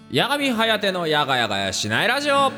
八神颯のやがやがやしないラジオ。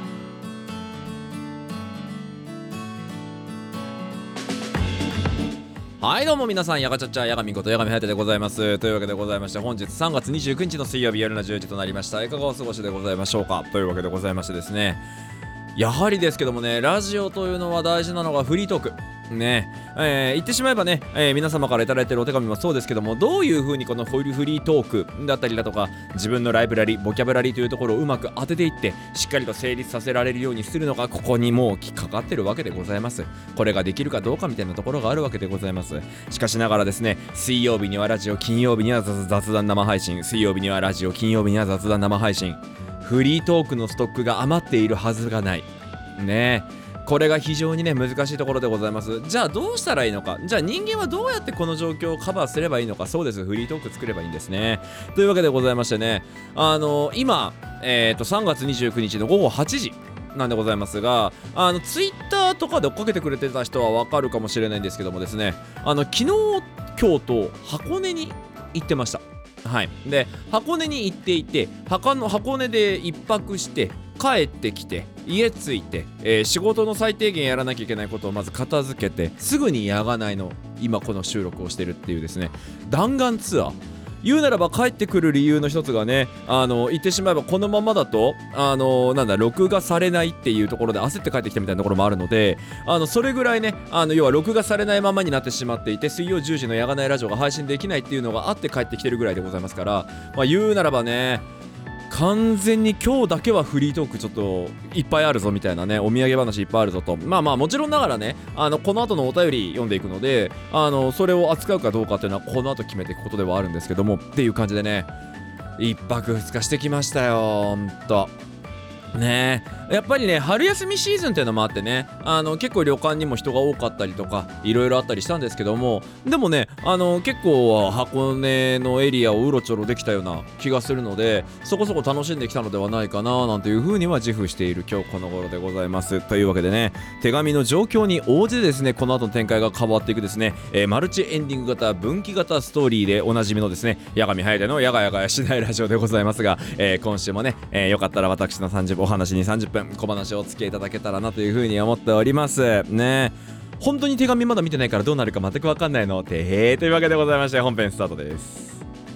はいどうも皆さん、やがちゃっちゃやがみことやがみはやてでございます。というわけでございまして、本日3月29日の水曜日夜の10時となりました。いかがお過ごしでございましょうか。というわけでございましてですね、やはりですけどもね、ラジオというのは大事なのがフリートークね。言ってしまえばね、皆様からいただいているお手紙もそうですけども、どういう風にこのフリートークだったりだとか、自分のライブラリボキャブラリーというところをうまく当てていってしっかりと成立させられるようにするのが、ここにもうかかってるわけでございます。これができるかどうかみたいなところがあるわけでございます。しかしながらですね、水曜日にはラジオ、金曜日には雑談生配信、水曜日にはラジオ、金曜日には雑談生配信、フリートークのストックが余っているはずがないね。これが非常にね難しいところでございます。じゃあどうしたらいいのか、じゃあ人間はどうやってこの状況をカバーすればいいのか。そうです、フリートーク作ればいいんですね。というわけでございましてね、今、3月29日の午後8時なんでございますが、ツイッターとかで追っかけてくれてた人はわかるかもしれないんですけどもですね、昨日今日と箱根に行ってました。はい。で箱根に行っていて、箱根で一泊して帰ってきて家着いて、仕事の最低限やらなきゃいけないことをまず片付けて、すぐにやがないの今この収録をしてるっていうですね、弾丸ツアー。言うならば帰ってくる理由の一つがね、言ってしまえばこのままだと録画されないっていうところで焦って帰ってきたみたいなところもあるので、それぐらいね、要は録画されないままになってしまっていて、水曜10時のやがないラジオが配信できないっていうのがあって帰ってきてるぐらいでございますから、言うならばね、完全に今日だけはフリートークちょっといっぱいあるぞみたいなね、お土産話いっぱいあるぞと。まあもちろんながらね、この後のお便り読んでいくので、それを扱うかどうかっていうのはこの後決めていくことではあるんですけども、っていう感じでね、一泊二日してきましたよ。ほんとねえ、やっぱりね、春休みシーズンっていうのもあってね、結構旅館にも人が多かったりとかいろいろあったりしたんですけども、でもね、結構箱根のエリアをうろちょろできたような気がするので、そこそこ楽しんできたのではないかななんていう風には自負している今日この頃でございます。というわけでね、手紙の状況に応じてですね、この後の展開が変わっていくですね、マルチエンディング型分岐型ストーリーでおなじみのですね、八神颯のやがやがやしないラジオでございますが、今週もね、よかったら私のお話に30分小話をお付き合いいただけたらなというふうに思っておりますね。本当に手紙まだ見てないからどうなるか全く分かんないのてというわけでございまして、本編スタートです。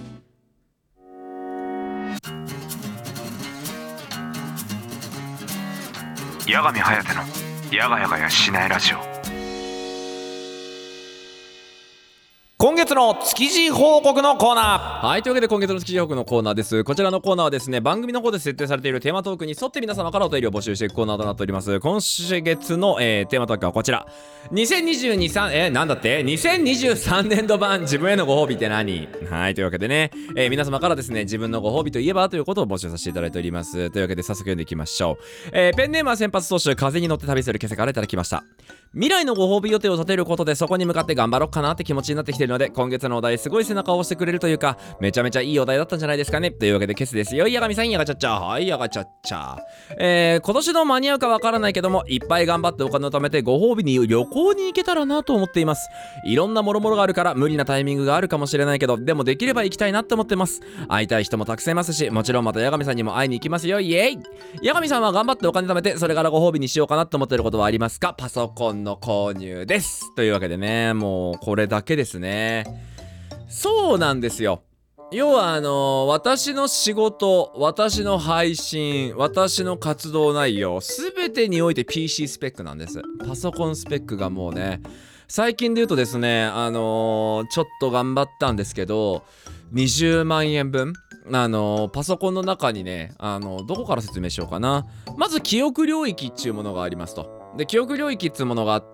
八神颯のやがやがやしないラジオ。 今月の築地報告のコーナー。はい、というわけで今月の築地報告のコーナーです。こちらのコーナーはですね、番組の方で設定されているテーマトークに沿って皆様からお便りを募集していくコーナーとなっております。今月の、テーマトークはこちら。2023年度版自分へのご褒美って何？はい、というわけでね、皆様からですね、自分のご褒美といえばということを募集させていただいております。というわけで早速読んでいきましょう。ペンネームは先発投手、風に乗って旅する今朝からいただきました。未来のご褒美予定を立てることでそこに向かって頑張ろうかなって気持ちになってきているので、今月のお題すごい背中を押してくれるというか、めちゃめちゃいいお題だったんじゃないですかね。というわけでケスですよ。やがみさん、やがちゃっちゃ。はい、やがちゃっちゃ。今年の間に合うかわからないけども、いっぱい頑張ってお金を貯めてご褒美に旅行に行けたらなと思っています。いろんなもろもろがあるから無理なタイミングがあるかもしれないけど、でもできれば行きたいなって思ってます。会いたい人もたくさんいますし、もちろんまたやがみさんにも会いに行きますよ。イエイ。やがみさんは頑張ってお金貯めてそれからご褒美にしようかなと思ってることはありますか？パソコンの購入です。というわけでね、もうこれだけですね。そうなんですよ。要は私の仕事、私の配信、私の活動内容、すべてにおいて PC スペックなんです。パソコンスペックがもうね、最近で言うとですね、ちょっと頑張ったんですけど、20万円分パソコンの中にね、どこから説明しようかな。まず記憶領域っていうものがありますと。で、記憶領域っていうものがあって、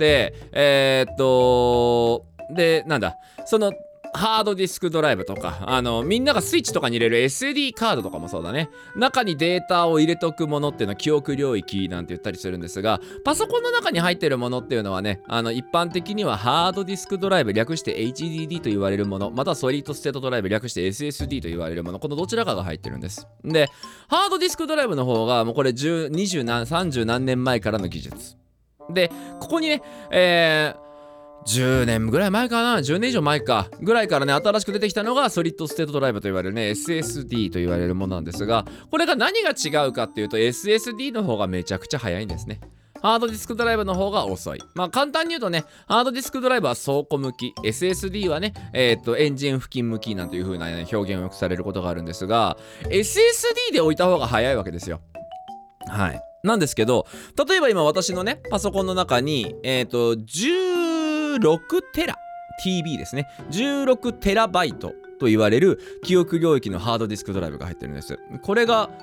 で、なんだ、そのハードディスクドライブとか、みんながスイッチとかに入れる SD カードとかもそうだね。中にデータを入れとくものっていうのは記憶領域なんて言ったりするんですが、パソコンの中に入ってるものっていうのはね、一般的にはハードディスクドライブ、略して HDD と言われるもの、またはソリッドステートドライブ、略して SSD と言われるもの、このどちらかが入ってるんです。で、ハードディスクドライブの方がもうこれ20何30何年前からの技術で、ここにね、 10年ぐらい前かな、10年以上前かぐらいからね、新しく出てきたのがソリッドステートドライブと言われるね SSD と言われるものなんですが、これが何が違うかっていうと SSD の方がめちゃくちゃ速いんですね。ハードディスクドライブの方が遅い。まあ簡単に言うとね、ハードディスクドライブは倉庫向き、SSD はね、エンジン付近向きなんていう風な、ね、表現をよくされることがあるんですが、SSD で置いた方が早いわけですよ。はい。なんですけど、例えば今私のね、パソコンの中に、16テラ TB ですね。16テラバイトと言われる記憶領域のハードディスクドライブが入ってるんです。これが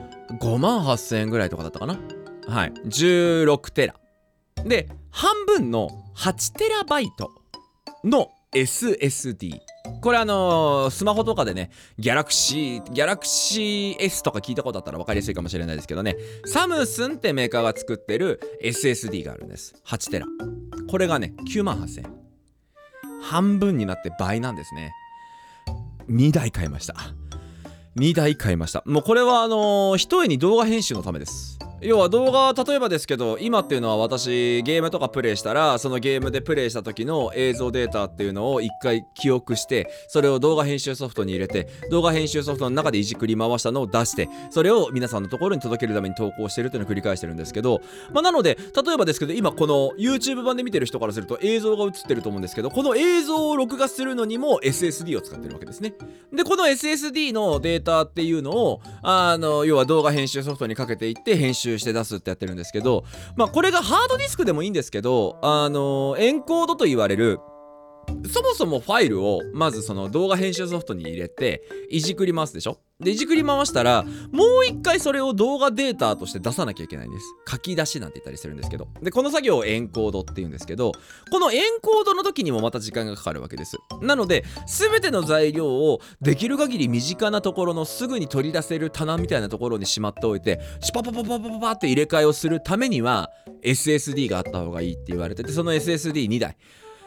58,000円ぐらいとかだったかな。はい。16テラ。で、半分の8テラバイトの SSD。これスマホとかでね、ギャラクシー S とか聞いたことあったら分かりやすいかもしれないですけどね、サムスンってメーカーが作ってる SSD があるんです。8テラ。これがね、98,000円。半分になって倍なんですね。2台買いました。もうこれはひとえに動画編集のためです。要は動画、例えばですけど、今っていうのは私ゲームとかプレイしたら、そのゲームでプレイした時の映像データっていうのを一回記憶して、それを動画編集ソフトに入れて、動画編集ソフトの中でいじくり回したのを出して、それを皆さんのところに届けるために投稿してるっていうのを繰り返してるんですけど、まあなので例えばですけど、今この YouTube 版で見てる人からすると映像が映ってると思うんですけど、この映像を録画するのにも SSD を使ってるわけですね。でこの SSD のデータっていうのを要は動画編集ソフトにかけていって編集して出すってやってるんですけど、まあこれがハードディスクでもいいんですけど、エンコードと言われる、そもそもファイルをまずその動画編集ソフトに入れていじくり回すでしょ。でいじくり回したらもう一回それを動画データとして出さなきゃいけないんです。書き出しなんて言ったりするんですけど、でこの作業をエンコードって言うんですけど、このエンコードの時にもまた時間がかかるわけです。なので全ての材料をできる限り身近なところのすぐに取り出せる棚みたいなところにしまっておいて、シパパパパパパパって入れ替えをするためには SSD があった方がいいって言われてて、その SSD2 台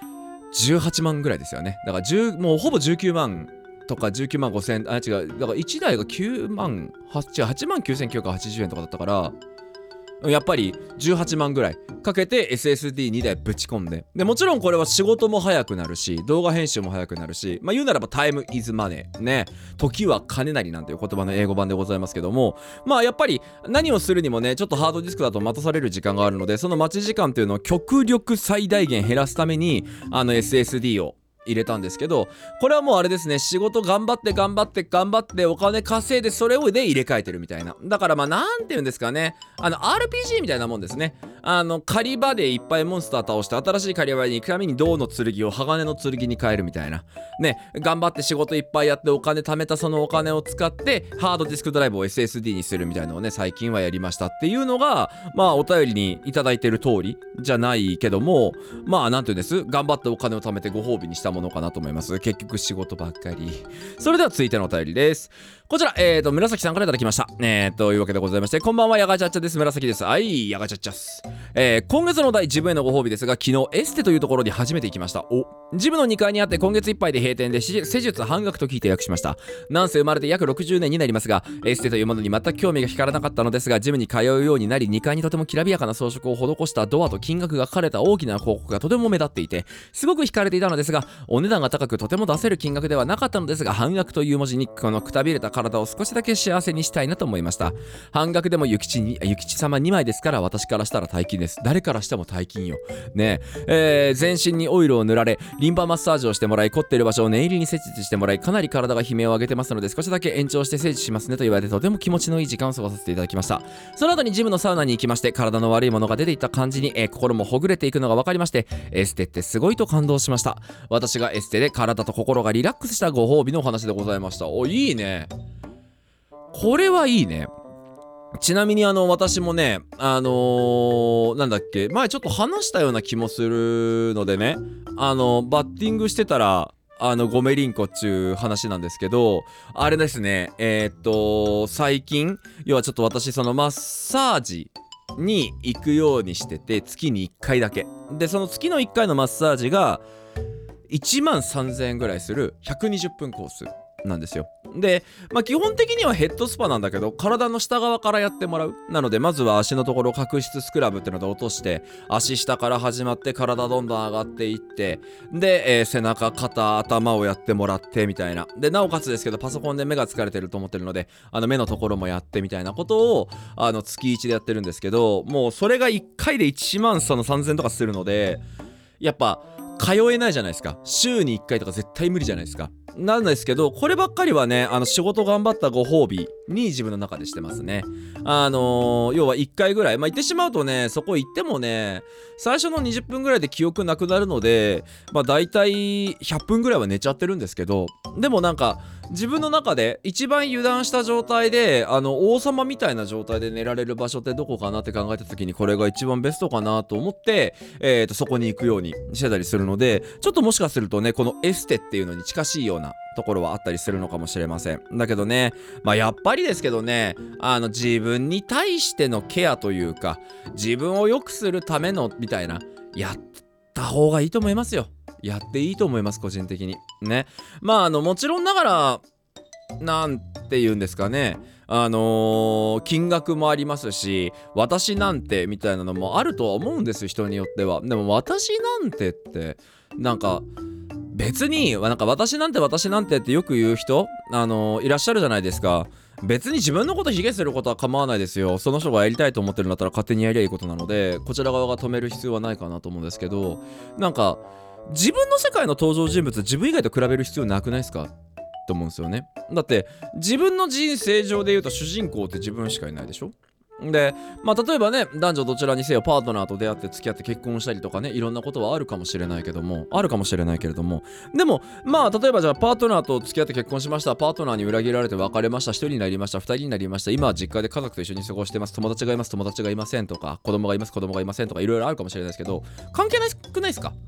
18万ぐらいですよね。だからもうほぼ19万とか19万5千、あ、違う。だから1台が9万、8万9980円とかだったから、やっぱり18万ぐらいかけて SSD2 台ぶち込んで、でもちろんこれは仕事も早くなるし、動画編集も早くなるし、まあ言うならばタイムイズマネーね、時は金なりなんていう言葉の英語版でございますけども、まあやっぱり何をするにもね、ちょっとハードディスクだと待たされる時間があるので、その待ち時間っていうのを極力最大限減らすためにSSD を入れたんですけど、これはもうあれですね、仕事頑張ってお金稼いでそれをで入れ替えてるみたいな。だからまあなんて言うんですかね、RPG みたいなもんですね。狩り場でいっぱいモンスター倒して新しい狩り場に行くために銅の剣を鋼の剣に変えるみたいなね、頑張って仕事いっぱいやってお金貯めたそのお金を使ってハードディスクドライブを SSD にするみたいなのをね、最近はやりましたっていうのが、まあお便りにいただいてる通りじゃないけども、まあなんて言うんです、頑張ってお金を貯めてご褒美にしたものかなと思います。結局仕事ばっかり。それでは続いてのお便りです。こちら紫さんからいただきました。というわけでございまして、こんばんは、やがちゃっちゃです。紫です。はい、やがちゃっちゃっす。今月のお題、自分へのご褒美ですが、昨日エステというところに初めて行きました。ジムの2階にあって今月いっぱいで閉店で施術半額と聞いて予約しました。なんせ生まれて約60年になりますが、エステというものに全く興味が光らなかったのですが、ジムに通うようになり、2階にとてもきらびやかな装飾を施したドアと金額が書かれた大きな広告がとても目立っていて、すごく惹かれていたのですが、お値段が高くとても出せる金額ではなかったのですが、半額という文字にこのくたびれた体を少しだけ幸せにしたいなと思いました。半額でも諭吉様2枚ですから、私からしたら大金です。誰からしても大金よね。全身にオイルを塗られ、リンパマッサージをしてもらい、凝っている場所を念入りに施術してもらい、かなり体が悲鳴を上げてますので、少しだけ延長して施術しますねと言われて、とても気持ちのいい時間を過ごさせていただきました。その後にジムのサウナに行きまして、体の悪いものが出ていった感じに、心もほぐれていくのが分かりまして、エステってすごいと感動しました。私がエステで体と心がリラックスしたご褒美のお話でございました。いいね、これはいいね。ちなみに私もね、なんだっけ、前ちょっと話したような気もするのでね、バッティングしてたらゴメリンコっちゅう話なんですけど、あれですね、最近、要はちょっと私そのマッサージに行くようにしてて、月に1回だけで、その月の1回のマッサージが1万3000円ぐらいする120分コースなんですよ。で、基本的にはヘッドスパなんだけど、体の下側からやってもらう。なのでまずは足のところ角質スクラブっていうので落として、足下から始まって体どんどん上がっていって、で、背中、肩、頭をやってもらってみたいな。で、なおかつですけどパソコンで目が疲れてると思ってるので、目のところもやってみたいなことを月1でやってるんですけど、もうそれが1回で1万3000とかするので、やっぱ通えないじゃないですか。週に1回とか絶対無理じゃないですか。なんですけど、こればっかりはね、仕事頑張ったご褒美に自分の中でしてますね。要は1回ぐらい、言ってしまうとね、そこ行ってもね、最初の20分ぐらいで記憶なくなるので、だいたい100分ぐらいは寝ちゃってるんですけど、でもなんか自分の中で一番油断した状態で、王様みたいな状態で寝られる場所ってどこかなって考えた時に、これが一番ベストかなと思って、そこに行くようにしてたりするので、ちょっともしかするとね、このエステっていうのに近しいようなところはあったりするのかもしれません。だけどね、やっぱりですけどね、自分に対してのケアというか、自分を良くするためのみたいな、やった方がいいと思いますよ。やっていいと思います、個人的にね。もちろんながら、なんて言うんですかね、金額もありますし、私なんてみたいなのもあるとは思うんです、人によっては。でも私なんてってなんか別に私なんてってよく言う人いらっしゃるじゃないですか。別に自分のこと卑下することは構わないですよ。その人がやりたいと思ってるんだったら勝手にやりゃいいことなので、こちら側が止める必要はないかなと思うんですけど、自分の世界の登場人物自分以外と比べる必要なくないですかと思うんですよね。だって自分の人生上で言うと主人公って自分しかいないでしょ。で、例えばね、男女どちらにせよパートナーと出会って付き合って結婚したりとかね、いろんなことはあるかもしれないけれども、でも例えばじゃあパートナーと付き合って結婚しました、パートナーに裏切られて別れました、1人になりました、2人になりました、今は実家で家族と一緒に過ごしてます、友達がいます、友達がいませんとか、子供がいます、子供がいませんとか、いろいろあるかもしれないですけど、関係なくないですか？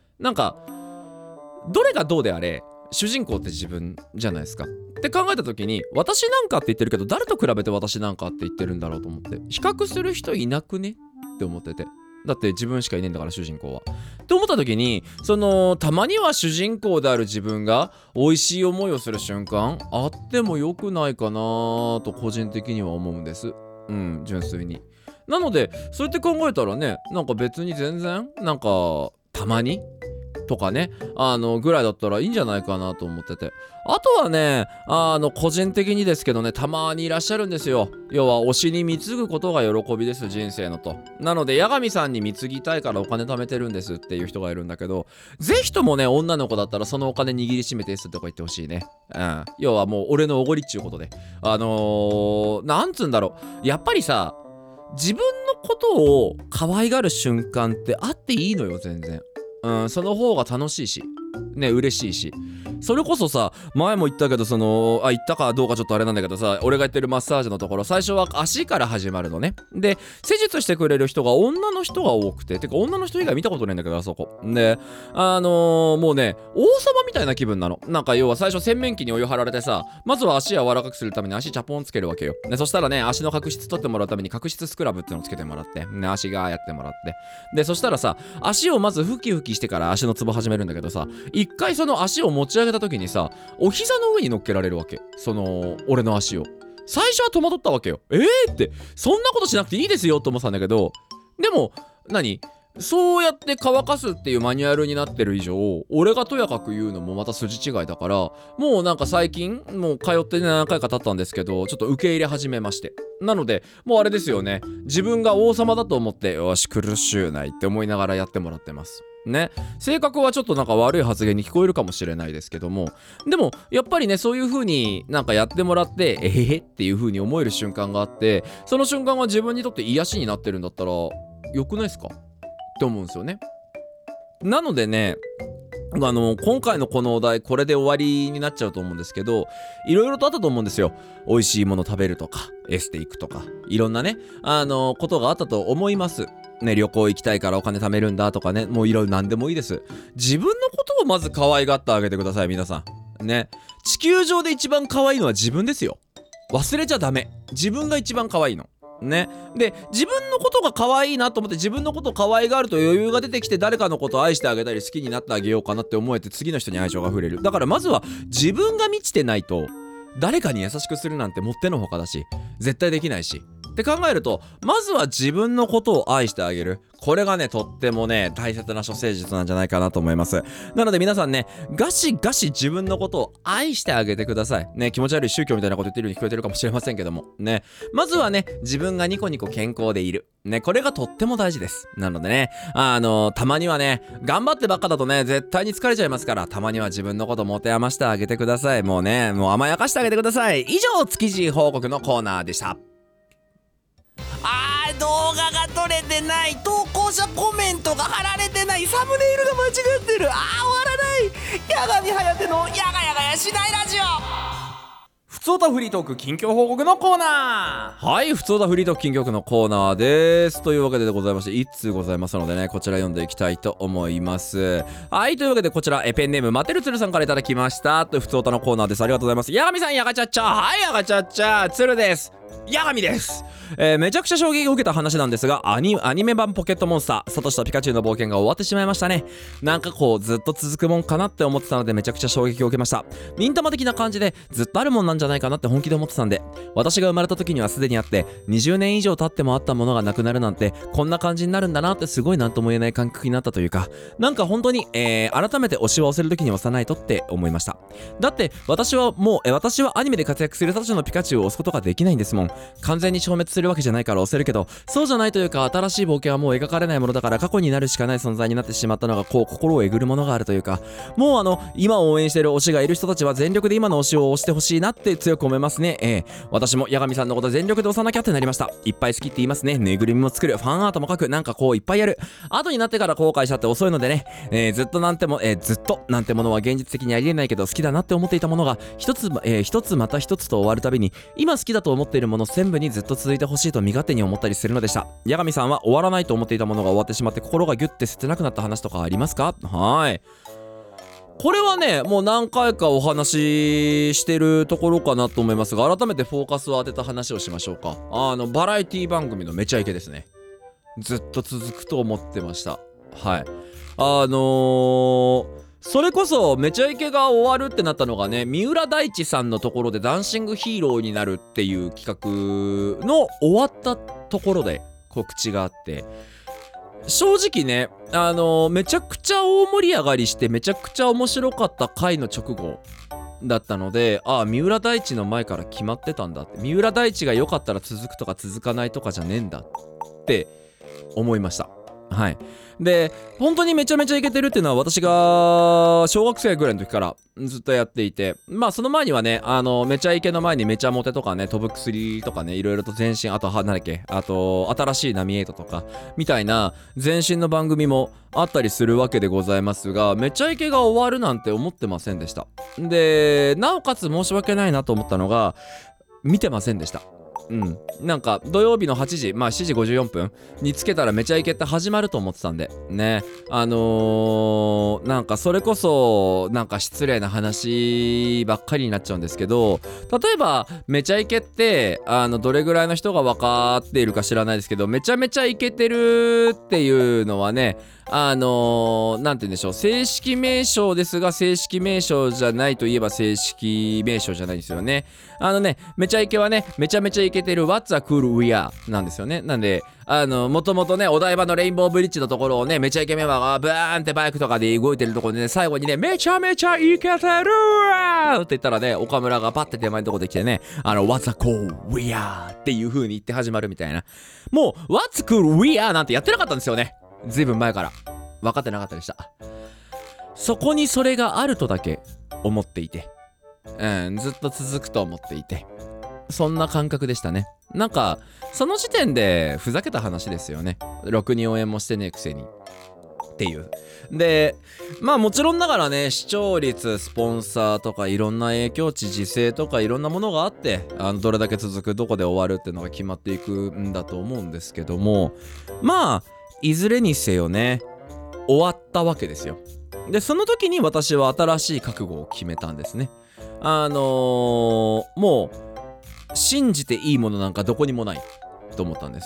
どれがどうであれ主人公って自分じゃないですかって考えた時に、私なんかって言ってるけど誰と比べて私なんかって言ってるんだろうと思って、比較する人いなくねって思ってて、だって自分しかいねえんだから主人公はって思った時に、たまには主人公である自分が美味しい思いをする瞬間あってもよくないかなと個人的には思うんです。純粋に。なのでそうやって考えたらね、別に全然たまにとかね、ぐらいだったらいいんじゃないかなと思ってて、あとはね、個人的にですけどね、たまにいらっしゃるんですよ。要は推しに貢ぐことが喜びです、人生のと。なので八神さんに貢ぎたいからお金貯めてるんですっていう人がいるんだけど、ぜひともね、女の子だったらそのお金握りしめてですとか言ってほしいね。要はもう俺のおごりっちゅうことで、なんつうんだろう、やっぱりさ、自分のことを可愛がる瞬間ってあっていいのよ、全然。その方が楽しいしね、嬉しいし、それこそさ、前も言ったけど、言ったかどうかちょっとあれなんだけどさ、俺が言ってるマッサージのところ、最初は足から始まるのね。で、施術してくれる人が女の人が多くて、てか女の人以外見たことないんだけど、あそこで、もうね、王様みたいな気分なの。要は最初洗面器にお湯張られてさ、まずは足柔らかくするために足チャポンつけるわけよ。で、そしたらね、足の角質取ってもらうために角質スクラブってのをつけてもらって、ね、足がやってもらって、で、そしたらさ、足をまずフキフキしてから足のツボ始めるんだけどさ、一回その足を持ち上げた時にさ、お膝の上に乗っけられるわけ。俺の足を。最初は戸惑ったわけよ。ってそんなことしなくていいですよと思ってたんだけど、でもそうやって乾かすっていうマニュアルになってる以上、俺がとやかく言うのもまた筋違いだから、もう最近もう通って何回か経ったんですけど、ちょっと受け入れ始めまして、なのでもうあれですよね、自分が王様だと思って、よし苦しゅうないって思いながらやってもらってますね。性格はちょっと悪い発言に聞こえるかもしれないですけども、でもやっぱりね、そういう風にやってもらって、っていう風に思える瞬間があって、その瞬間は自分にとって癒しになってるんだったらよくないですかって思うんですよね。なのでね、今回のこのお題、これで終わりになっちゃうと思うんですけど、いろいろとあったと思うんですよ。美味しいもの食べるとか、エステ行くとか、いろんなねことがあったと思いますね。旅行行きたいからお金貯めるんだとかね、もういろいろ何でもいいです。自分のことをまず可愛がってあげてください、皆さんね。地球上で一番可愛いのは自分ですよ。忘れちゃダメ。自分が一番可愛いのね。で、自分のことが可愛いなと思って、自分のことを可愛がると余裕が出てきて、誰かのことを愛してあげたり好きになってあげようかなって思えて、次の人に愛情が触れる。だからまずは自分が満ちてないと誰かに優しくするなんてもってのほかだし、絶対できないしって考えると、まずは自分のことを愛してあげる。これがね、とってもね、大切な処世術なんじゃないかなと思います。なので皆さんね、ガシガシ自分のことを愛してあげてください。ね、気持ち悪い宗教みたいなこと言ってるように聞こえてるかもしれませんけども。ね、まずはね、自分がニコニコ健康でいる。ね、これがとっても大事です。なのでね、たまにはね、頑張ってばっかだとね、絶対に疲れちゃいますから、たまには自分のこと持て余してあげてください。もうね、もう甘やかしてあげてください。以上、築地報告のコーナーでした。動画が撮れてない、投稿者コメントが貼られてない、サムネイルが間違ってる、終わらない、八神颯のやがやがやしないラジオ。ふつおたフリートーク近況報告のコーナー。はい、ふつおたフリートーク近況のコーナーです。というわけでございまして、1通ございますのでね、こちら読んでいきたいと思います。はい、というわけでこちらペンネームマテルツルさんからいただきましたというふつおたのコーナーです。ありがとうございます。八神さん、やがちゃっちゃ。はい、やがちゃっちゃ、ツルです。八神です。めちゃくちゃ衝撃を受けた話なんですが、アニメ版ポケットモンスターサトシとピカチュウの冒険が終わってしまいましたね。なんかこうずっと続くもんかなって思ってたので、めちゃくちゃ衝撃を受けました。忍たま的な感じでずっとあるもんなんじゃないかなって本気で思ってたんで、私が生まれた時にはすでにあって、20年以上経ってもあったものがなくなるなんてこんな感じになるんだなって、すごいなんとも言えない感覚になったというか、なんか本当に、改めて推しは押せる時に押さないとって思いました。だって私はアニメで活躍するサトシのピカチュウを押すことができないんですもん。完全に消滅するわけじゃないから押せるけど、そうじゃないというか、新しい冒険はもう描かれないものだから、過去になるしかない存在になってしまったのが、こう心をえぐるものがあるというか、もう今応援してる推しがいる人たちは全力で今の推しを推してほしいなって強く思いますね。私も八神さんのこと全力で推さなきゃってなりました。いっぱい好きって言いますね。ぬいぐるみも作る、ファンアートも描く、なんかこういっぱいやる。後になってから後悔しちゃって遅いのでね、ずっとなんてものは現実的にありえないけど、好きだなって思っていたものが一つまた一つと終わるたびに、今好きだと思っているもの全部にずっと続いてほしいと身勝手に思ったりするのでした。八神さんは終わらないと思っていたものが終わってしまって心がギュッて切なくなった話とかありますか？はい、これはね、もう何回かお話ししてるところかなと思いますが、改めてフォーカスを当てた話をしましょうか。バラエティ番組のめちゃイケですね。ずっと続くと思ってました。はい、それこそめちゃイケが終わるってなったのがね、三浦大知さんのところでダンシングヒーローになるっていう企画の終わったところで告知があって、正直ね、めちゃくちゃ大盛り上がりしてめちゃくちゃ面白かった回の直後だったので、三浦大知の前から決まってたんだって、三浦大知が良かったら続くとか続かないとかじゃねえんだって思いました。はい。で、本当にめちゃめちゃイケてるっていうのは、私が小学生ぐらいの時からずっとやっていて、まあその前にはね、めちゃイケの前にめちゃモテとかね、飛ぶ薬とかね、いろいろと前身、あと新しいナミエイトとかみたいな前身の番組もあったりするわけでございますが、めちゃイケが終わるなんて思ってませんでした。で、なおかつ申し訳ないなと思ったのが、見てませんでした。なんか土曜日の8時、7時54分につけたらめちゃイケって始まると思ってたんでね、なんかそれこそなんか失礼な話ばっかりになっちゃうんですけど、例えばめちゃイケってどれぐらいの人が分かっているか知らないですけど、めちゃめちゃイケてるっていうのはね、なんて言うんでしょう、正式名称ですが正式名称じゃないといえば正式名称じゃないんですよね。めちゃイケはね、めちゃめちゃイケてる What's a cool we are なんですよね。なんでもともとね、お台場のレインボーブリッジのところをね、めちゃイケメンバーがブーンってバイクとかで動いてるところでね、最後にね、めちゃめちゃイケてるーって言ったらね、岡村がパッて手前のところで来てね、What's a cool we are っていう風に言って始まるみたいな。もう What's cool we are なんてやってなかったんですよね。ずいぶん前から分かってなかったでした。そこにそれがあるとだけ思っていて、ずっと続くと思っていて、そんな感覚でしたね。なんかその時点でふざけた話ですよね。ろくに応援もしてねえくせにっていう。で、まあもちろんながらね、視聴率、スポンサーとかいろんな影響値、時勢とかいろんなものがあって、どれだけ続く、どこで終わるっていうのが決まっていくんだと思うんですけども、まあいずれにせよね、終わったわけですよ。で、その時に私は新しい覚悟を決めたんですね。もう信じていいものなんかどこにもないと思ったんです。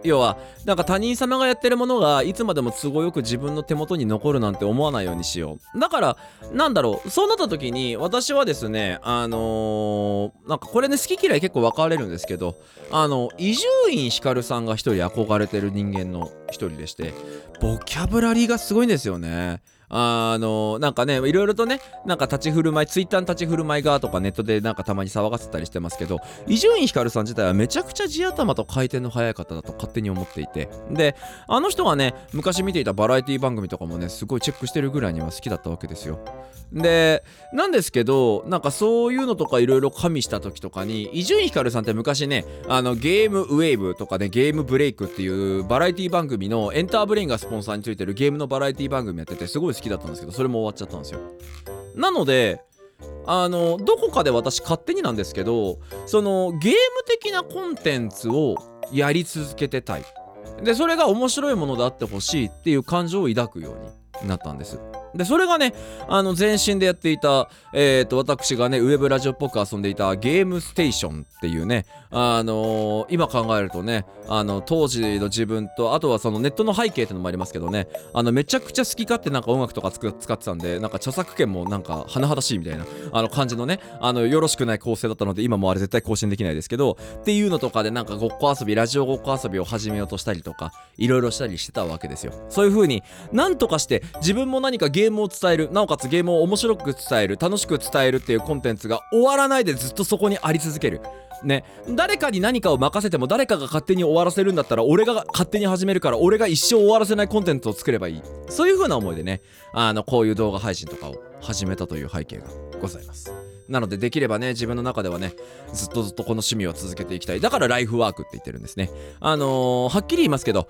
要はなんか他人様がやってるものがいつまでも都合よく自分の手元に残るなんて思わないようにしよう。だからなんだろう、そうなった時に私はですねなんかこれね好き嫌い結構分かれるんですけど、伊集院光さんが一人憧れてる人間の一人でして、ボキャブラリーがすごいんですよね。なんかねいろいろとねなんか立ち振る舞い、ツイッターの立ち振る舞いがとかネットでなんかたまに騒がせたりしてますけど、伊集院光さん自体はめちゃくちゃ地頭と回転の速い方だと勝手に思っていて、であの人がね昔見ていたバラエティ番組とかもねすごいチェックしてるぐらいには好きだったわけですよ。でなんですけど、なんかそういうのとかいろいろ加味した時とかに伊集院光さんって昔ねゲームウェーブとかねゲームブレイクっていうバラエティ番組のエンターブレインがスポンサーについてるゲームのバラエティ番組やっててすごい好きだったんですけど、それも終わっちゃったんですよ。なのでどこかで私勝手になんですけど、そのゲーム的なコンテンツをやり続けてたい、でそれが面白いものであってほしいっていう感情を抱くようになったんです。でそれがね前身でやっていた私がねウェブラジオっぽく遊んでいたゲームステーションっていうね今考えるとね当時の自分と、あとはそのネットの背景ってのもありますけどね、めちゃくちゃ好き勝手なんか音楽とか使ってたんで、なんか著作権もなんか甚だしいみたいな感じのねよろしくない構成だったので、今もあれ絶対更新できないですけどっていうのとかで、なんかごっこ遊び、ラジオごっこ遊びを始めようとしたりとかいろいろしたりしてたわけですよ。そういう風になんとかして自分も何かゲームを伝える、なおかつゲームを面白く伝える、楽しく伝えるっていうコンテンツが終わらないでずっとそこにあり続けるね。誰かに何かを任せても誰かが勝手に終わらせるんだったら俺が勝手に始めるから、俺が一生終わらせないコンテンツを作ればいい、そういう風な思いでねこういう動画配信とかを始めたという背景がございます。なのでできればね自分の中ではねずっとこの趣味を続けていきたい。だからライフワークって言ってるんですね。はっきり言いますけど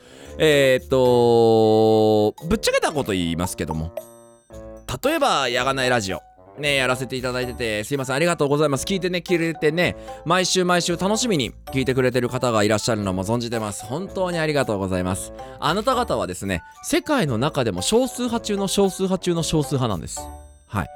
ぶっちゃけたこと言いますけども、例えばやがないラジオねやらせていただいててすいません、ありがとうございます。聞いてね、聞いてね、毎週楽しみに聞いてくれてる方がいらっしゃるのも存じてます。本当にありがとうございます。あなた方はですね世界の中でも少数派中の少数派中の少数派なんです。はい、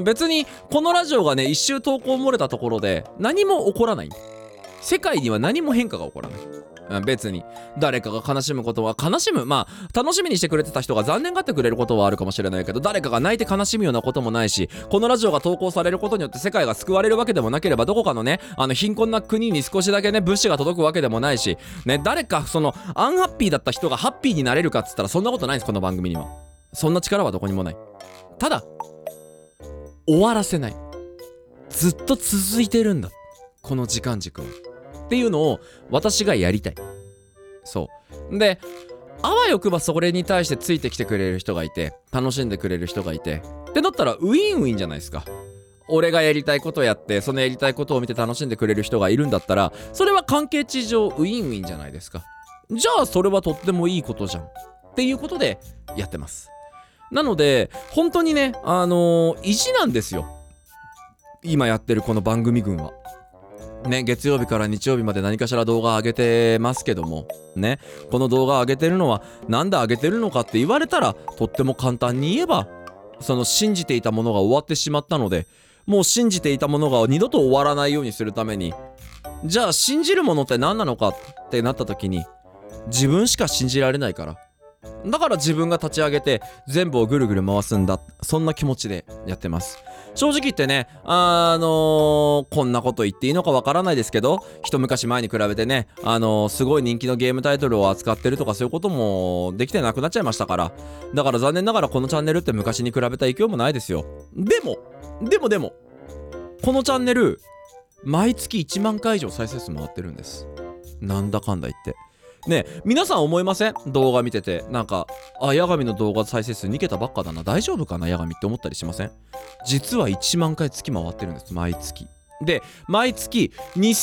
別にこのラジオがね一周投稿漏れたところで何も起こらない。世界には何も変化が起こらない。別に誰かが悲しむことは悲しむ、まあ楽しみにしてくれてた人が残念がってくれることはあるかもしれないけど、誰かが泣いて悲しむようなこともないし、このラジオが投稿されることによって世界が救われるわけでもなければ、どこかのね貧困な国に少しだけね物資が届くわけでもないしね、誰かそのアンハッピーだった人がハッピーになれるかっつったらそんなことないんです。この番組にはそんな力はどこにもない。ただ終わらせない、ずっと続いてるんだこの時間軸はっていうのを私がやりたい。そうであわよくばそれに対してついてきてくれる人がいて楽しんでくれる人がいてってなったらウィンウィンじゃないですか。俺がやりたいことをやってそのやりたいことを見て楽しんでくれる人がいるんだったら、それは関係値上ウィンウィンじゃないですか。じゃあそれはとってもいいことじゃんっていうことでやってます。なので本当にね意地なんですよ今やってるこの番組群はね。月曜日から日曜日まで何かしら動画上げてますけどもね、この動画上げてるのはなんで上げてるのかって言われたら、とっても簡単に言えばその信じていたものが終わってしまったので、もう信じていたものが二度と終わらないようにするために、じゃあ信じるものって何なのかってなった時に、自分しか信じられないから、だから自分が立ち上げて全部をぐるぐる回すんだ、そんな気持ちでやってます。正直言ってねこんなこと言っていいのかわからないですけど、一昔前に比べてねすごい人気のゲームタイトルを扱ってるとかそういうこともできてなくなっちゃいましたから、だから残念ながらこのチャンネルって昔に比べた勢いもないですよ。でもこのチャンネル毎月1万回以上再生数回ってるんです。なんだかんだ言ってね。皆さん思いません？動画見ててなんか八神の動画再生数2桁ばっかだな、大丈夫かな八神って思ったりしません？実は1万回月回ってるんです。毎月で毎月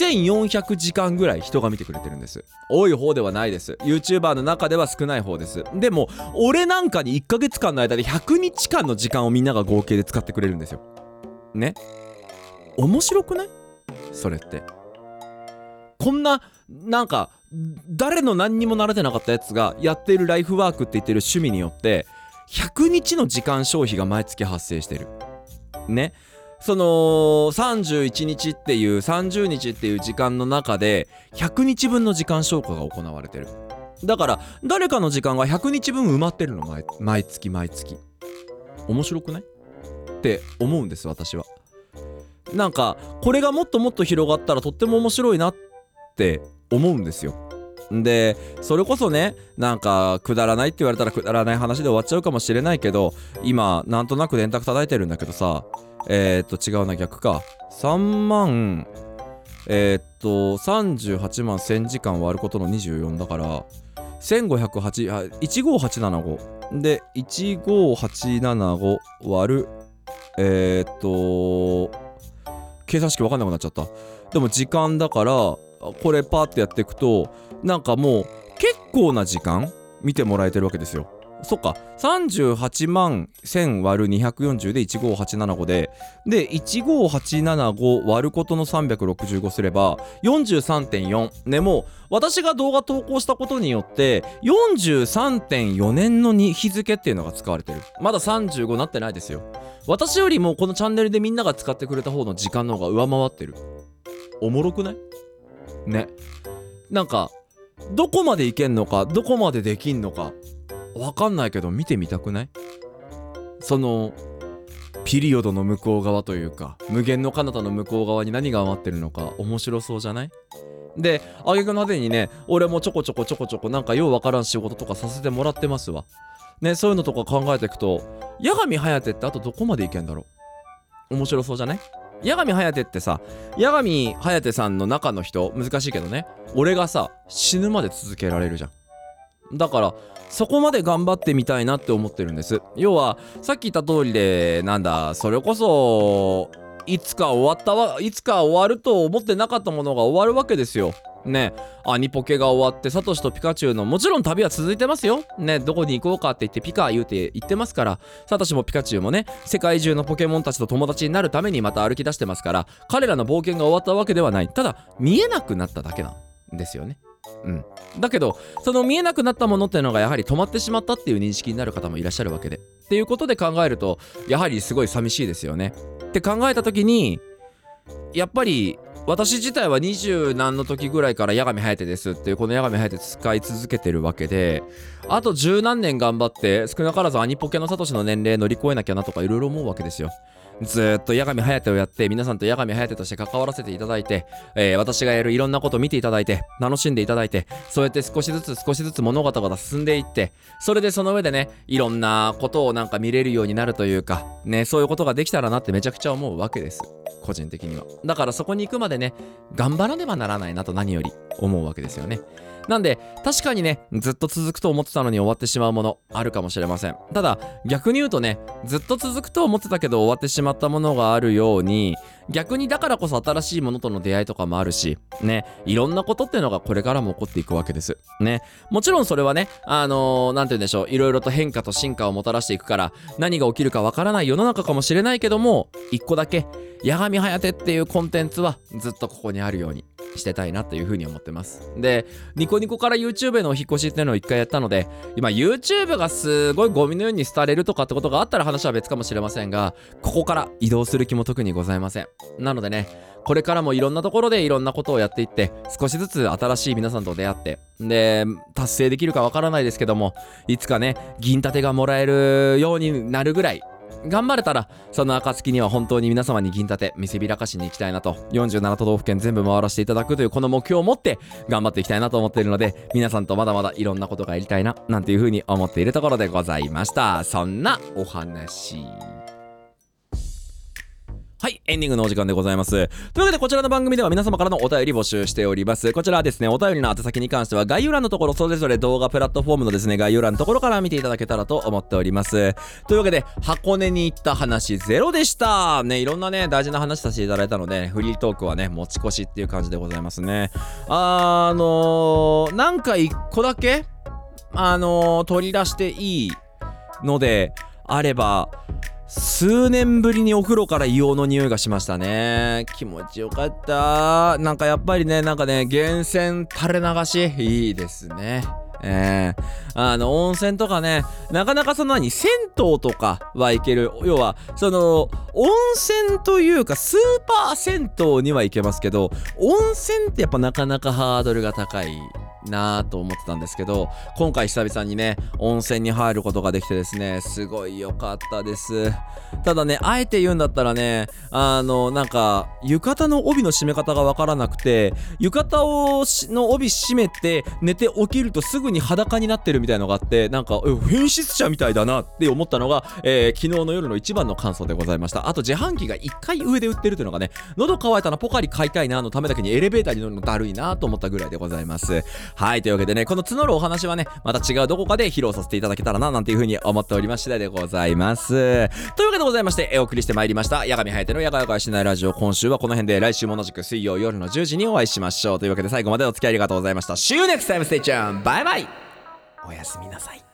2400時間ぐらい人が見てくれてるんです。多い方ではないです。 YouTuber の中では少ない方です。でも俺なんかに1ヶ月間の間で100日間の時間をみんなが合計で使ってくれるんですよね。面白くない？それってこんななんか誰の何にもなれてなかったやつがやっているライフワークって言ってる趣味によって100日の時間消費が毎月発生してるね。 その31日っていう30日っていう時間の中で100日分の時間消化が行われてる。だから誰かの時間が100日分埋まってるの、毎月毎月。面白くないって思うんです、私は。なんかこれがもっともっと広がったらとっても面白いなって思うんですよ。でそれこそね、なんかくだらないって言われたらくだらない話で終わっちゃうかもしれないけど、今なんとなく電卓叩いてるんだけどさ、違うな、逆か。3万38万1000時間割ることの24だから1508、15875で15875割る計算式分かんなくなっちゃった。でも時間だから、これパーってやっていくとなんかもう結構な時間見てもらえてるわけですよ。そっか、38万1000割る240で15875で15875割ることの365すれば 43.4 ね。もう私が動画投稿したことによって43.4年の日付っていうのが使われてる。まだ35なってないですよ。私よりもこのチャンネルでみんなが使ってくれた方の時間の方が上回ってる。おもろくないね。なんかどこまでいけんのかどこまでできんのかわかんないけど見てみたくない？そのピリオドの向こう側というか、無限の彼方の向こう側に何が待ってるのか面白そうじゃない？で挙句の果てにね、俺もちょこちょこなんかようわからん仕事とかさせてもらってますわね。そういうのとか考えていくと、八神颯ってあとどこまでいけんだろう。面白そうじゃない？八神颯ってさ、八神颯さんの中の人、難しいけどね、俺がさ死ぬまで続けられるじゃん。だからそこまで頑張ってみたいなって思ってるんです。要はさっき言った通りで、なんだ、それこそいつか終わると思ってなかったものが終わるわけですよね。アニポケが終わって、サトシとピカチュウのもちろん旅は続いてますよね。どこに行こうかって言ってピカ言ってますから、サトシもピカチュウもね、世界中のポケモンたちと友達になるためにまた歩き出してますから、彼らの冒険が終わったわけではない。ただ見えなくなっただけなんですよね。だけどその見えなくなったものっていうのがやはり止まってしまったっていう認識になる方もいらっしゃるわけで、っていうことで考えるとやはりすごい寂しいですよねって考えた時に、やっぱり私自体は20何の時ぐらいから八神颯ですっていうこの八神颯使い続けてるわけで、あと十何年頑張って少なからずアニポケのサトシの年齢乗り越えなきゃなとかいろいろ思うわけですよ。ずーっと八神颯をやって皆さんと八神颯として関わらせていただいて、私がやるいろんなことを見ていただいて楽しんでいただいて、そうやって少しずつ物事が進んでいって、それでその上でね、いろんなことをなんか見れるようになるというかね、そういうことができたらなってめちゃくちゃ思うわけです、個人的には。だからそこに行くまでね、頑張らねばならないなと何より思うわけですよね。なんで確かにね、ずっと続くと思ってたのに終わってしまうものあるかもしれません。ただ逆に言うとね、ずっと続くと思ってたけど終わってしまったものがあるように、逆にだからこそ新しいものとの出会いとかもあるしね、いろんなことっていうのがこれからも起こっていくわけですね。もちろんそれはね、なんて言うんでしょう、いろいろと変化と進化をもたらしていくから何が起きるかわからない世の中かもしれないけども、一個だけ八神颯っていうコンテンツはずっとここにあるようにしてたいなというふうに思ってます。でニコニコから YouTube へのお引越しっていうのを一回やったので、今 YouTube がすごいゴミのように廃れるとかってことがあったら話は別かもしれませんが、ここから移動する気も特にございません。なのでね、これからもいろんなところでいろんなことをやっていって、少しずつ新しい皆さんと出会って、で達成できるかわからないですけども、いつかね銀盾がもらえるようになるぐらい頑張れたら、その暁には本当に皆様に銀盾見せびらかしに行きたいなと、47都道府県全部回らせていただくというこの目標を持って頑張っていきたいなと思っているので、皆さんとまだまだいろんなことがやりたいななんていう風に思っているところでございました。そんなお話。はい、エンディングのお時間でございます。というわけでこちらの番組では皆様からのお便り募集しております。こちらはですね、お便りの宛先に関しては概要欄のところ、それぞれ動画プラットフォームのですね、概要欄のところから見ていただけたらと思っております。というわけで箱根に行った話ゼロでしたね。いろんなね大事な話させていただいたので、フリートークはね持ち越しっていう感じでございますね。なんか一個だけ取り出していいのであれば、数年ぶりにお風呂から硫黄の匂いがしましたね。気持ちよかった。なんかやっぱりね、源泉垂れ流しいいですね。 温泉とかね、なかなか銭湯とかは行ける。要は温泉というかスーパー銭湯には行けますけど、温泉ってやっぱなかなかハードルが高いなぁと思ってたんですけど、今回久々にね温泉に入ることができてですね、すごい良かったです。ただね、あえて言うんだったらね、なんか浴衣の帯の締め方がわからなくて、浴衣の帯締めて寝て起きるとすぐに裸になってるみたいのがあって、なんか変質者みたいだなって思ったのが、昨日の夜の一番の感想でございました。あと自販機が1回上で売ってるというのがね、喉乾いたらポカリ買いたいなのためだけにエレベーターに乗るのだるいなと思ったぐらいでございます。はい、というわけでね、この募るお話はね、また違うどこかで披露させていただけたらななんていう風に思っております次第でございます。というわけでございまして、お送りしてまいりました八神颯のやがやがしないラジオ、今週はこの辺で、来週も同じく水曜夜の10時にお会いしましょう。というわけで最後までお付き合いありがとうございました。See you next time, stay tuned! バイバイ。おやすみなさい。